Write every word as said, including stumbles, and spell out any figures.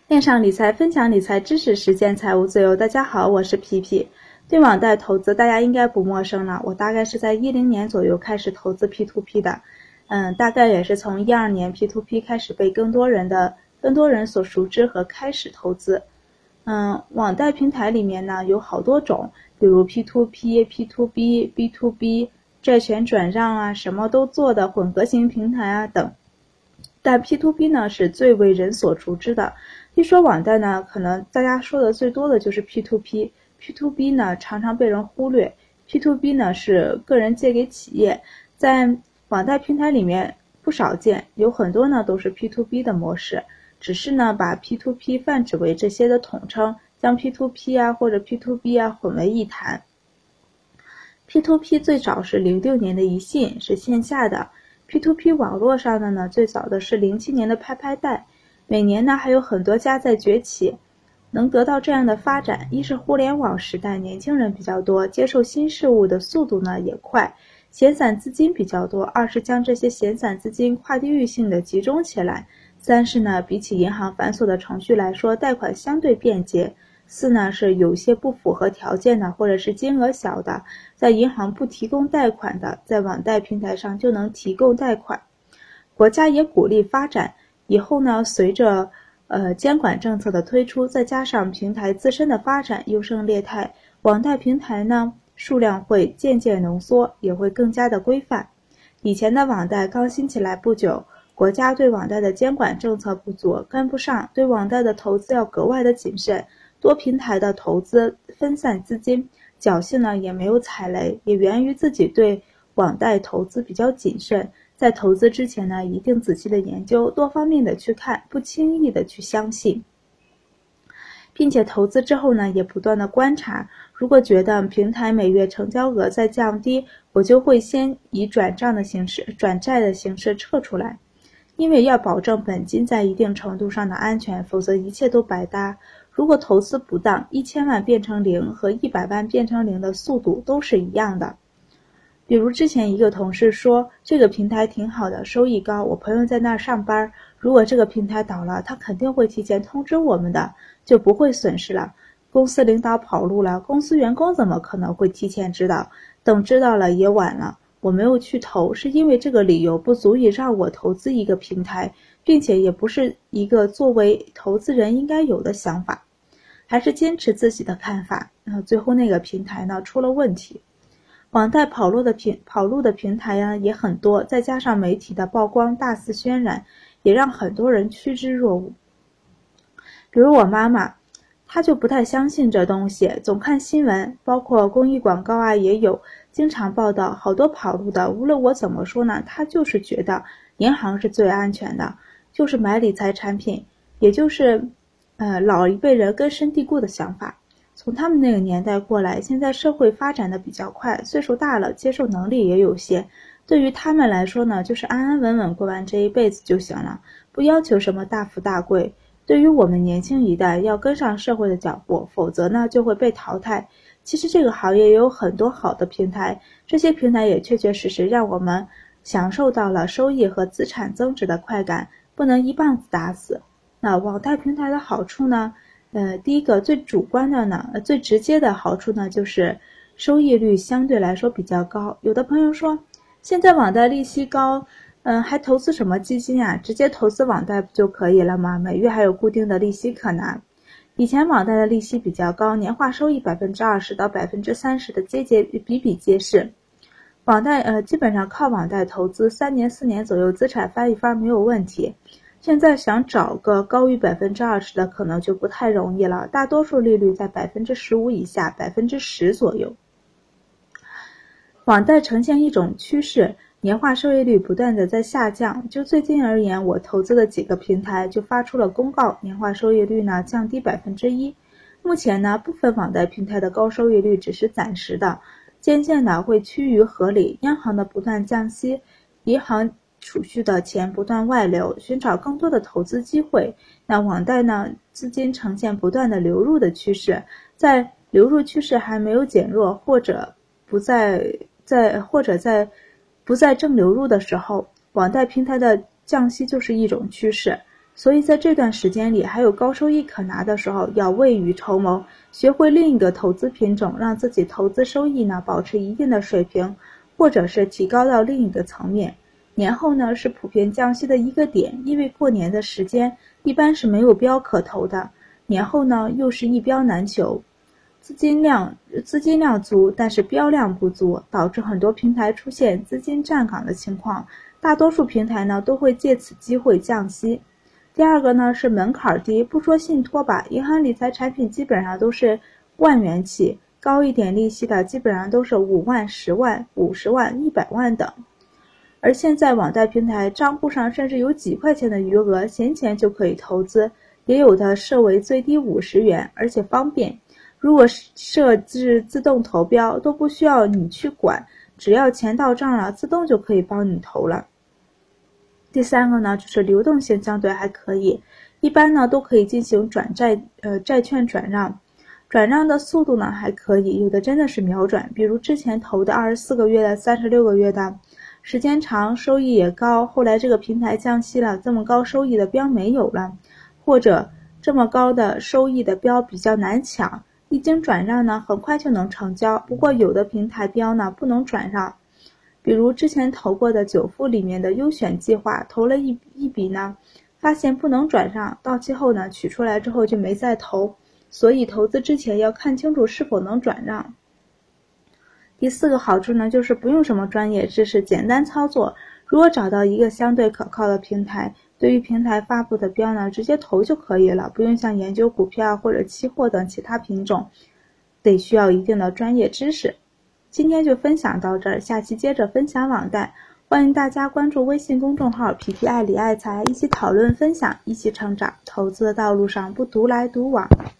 线上理财，分享理财知识，实现财务自由。大家好，我是皮皮。对网贷投资，大家应该不陌生了。我大概是在一零年左右开始投资 P to P 的，嗯，大概也是从一二年 P to P 开始被更多人的更多人所熟知和开始投资。嗯，网贷平台里面呢有好多种，比如 P to P、P to B、B to B、债权转让啊，什么都做的混合型平台啊等。但 P to P 呢是最为人所熟知的。一说网贷呢，可能大家说的最多的就是 P to P。P to B 呢常常被人忽略。P to B 呢是个人借给企业，在网贷平台里面不少见，有很多呢都是 P to B 的模式，只是呢把 P to P 泛指为这些的统称，将 P to P 啊或者 P to B 啊混为一谈。P to P 最早是零六年的一信，是线下的。P to P 网络上的呢，最早的是零七年的拍拍贷，每年呢还有很多家在崛起。能得到这样的发展，一是互联网时代年轻人比较多，接受新事物的速度呢也快，闲散资金比较多；二是将这些闲散资金跨地域性的集中起来；三是呢比起银行繁琐的程序来说，贷款相对便捷；四呢是有些不符合条件的或者是金额小的，在银行不提供贷款的，在网贷平台上就能提供贷款。国家也鼓励发展，以后呢随着呃，监管政策的推出，再加上平台自身的发展优胜劣汰，网贷平台呢数量会渐渐浓缩，也会更加的规范。以前的网贷刚兴起来不久，国家对网贷的监管政策不足，跟不上，对网贷的投资要格外的谨慎，多平台的投资分散资金，侥幸呢也没有踩雷，也源于自己对网贷投资比较谨慎。在投资之前呢，一定仔细的研究，多方面的去看，不轻易的去相信，并且投资之后呢，也不断的观察。如果觉得平台每月成交额在降低，我就会先以转账的形式、转债的形式撤出来，因为要保证本金在一定程度上的安全，否则一切都白搭。如果投资不当，一千万变成零和一百万变成零的速度都是一样的。比如之前一个同事说这个平台挺好的，收益高，我朋友在那儿上班，如果这个平台倒了，他肯定会提前通知我们的，就不会损失了。公司领导跑路了，公司员工怎么可能会提前知道？等知道了也晚了。我没有去投，是因为这个理由不足以让我投资一个平台，并且也不是一个作为投资人应该有的想法，还是坚持自己的看法。那最后那个平台呢出了问题。网贷跑路的平跑路的平台呀也很多，再加上媒体的曝光大肆渲染，也让很多人趋之若鹜。比如我妈妈，她就不太相信这东西，总看新闻，包括公益广告啊也有，经常报道好多跑路的。无论我怎么说呢，她就是觉得银行是最安全的，就是买理财产品，也就是呃老一辈人根深蒂固的想法。从他们那个年代过来，现在社会发展的比较快，岁数大了，接受能力也有些。对于他们来说呢，就是安安稳稳过完这一辈子就行了，不要求什么大富大贵。对于我们年轻一代，要跟上社会的脚步，否则呢就会被淘汰。其实这个行业也有很多好的平台，这些平台也确确实实让我们享受到了收益和资产增值的快感，不能一棒子打死。那网贷平台的好处呢？呃，第一个最主观的呢，呃，最直接的好处呢，就是收益率相对来说比较高。有的朋友说，现在网贷利息高，嗯、呃，还投资什么基金啊？直接投资网贷不就可以了吗？每月还有固定的利息可拿。以前网贷的利息比较高，年化收益百分之二十到百分之三十的接接比比皆是。网贷呃，基本上靠网贷投资，三年四年左右资产翻一番没有问题。现在想找个高于百分之二十的可能就不太容易了，大多数利率在百分之十五以下，百分之十左右。网贷呈现一种趋势，年化收益率不断的在下降。就最近而言，我投资的几个平台就发出了公告，年化收益率呢降低百分之一。目前呢，部分网贷平台的高收益率只是暂时的，渐渐的会趋于合理。央行的不断降息，银行储蓄的钱不断外流，寻找更多的投资机会。那网贷呢，资金呈现不断的流入的趋势，在流入趋势还没有减弱，或者不在在或者在不再正流入的时候，网贷平台的降息就是一种趋势。 所以在这段时间里还有高收益可拿的时候，要未雨绸缪，学会另一个投资品种，让自己投资收益呢保持一定的水平，或者是提高到另一个层面。年后呢是普遍降息的一个点，因为过年的时间一般是没有标可投的，年后呢又是一标难求，资金量资金量足，但是标量不足，导致很多平台出现资金站岗的情况，大多数平台呢都会借此机会降息。第二个呢是门槛低，不说信托吧，银行理财产品基本上都是万元起，高一点利息的基本上都是五万、十万、五十万、一百万等。而现在网贷平台账户上甚至有几块钱的余额，闲钱就可以投资，也有的设为最低五十元，而且方便。如果设置自动投标，都不需要你去管，只要钱到账了，自动就可以帮你投了。第三个呢，就是流动性相对还可以，一般呢都可以进行转债呃债券转让，转让的速度呢还可以，有的真的是秒转，比如之前投的二十四个月的、三十六个月的，时间长，收益也高，后来这个平台降息了，这么高收益的标没有了，或者这么高的收益的标比较难抢，一经转让呢很快就能成交，不过有的平台标呢不能转让，比如之前投过的九富里面的优选计划，投了一一笔呢，发现不能转让，到期后呢取出来之后就没再投，所以投资之前要看清楚是否能转让。第四个好处呢，就是不用什么专业知识，简单操作。如果找到一个相对可靠的平台，对于平台发布的标呢，直接投就可以了，不用像研究股票或者期货等其他品种，得需要一定的专业知识。今天就分享到这儿，下期接着分享网贷。欢迎大家关注微信公众号皮皮爱理爱财，一起讨论分享，一起成长。投资的道路上不独来独往。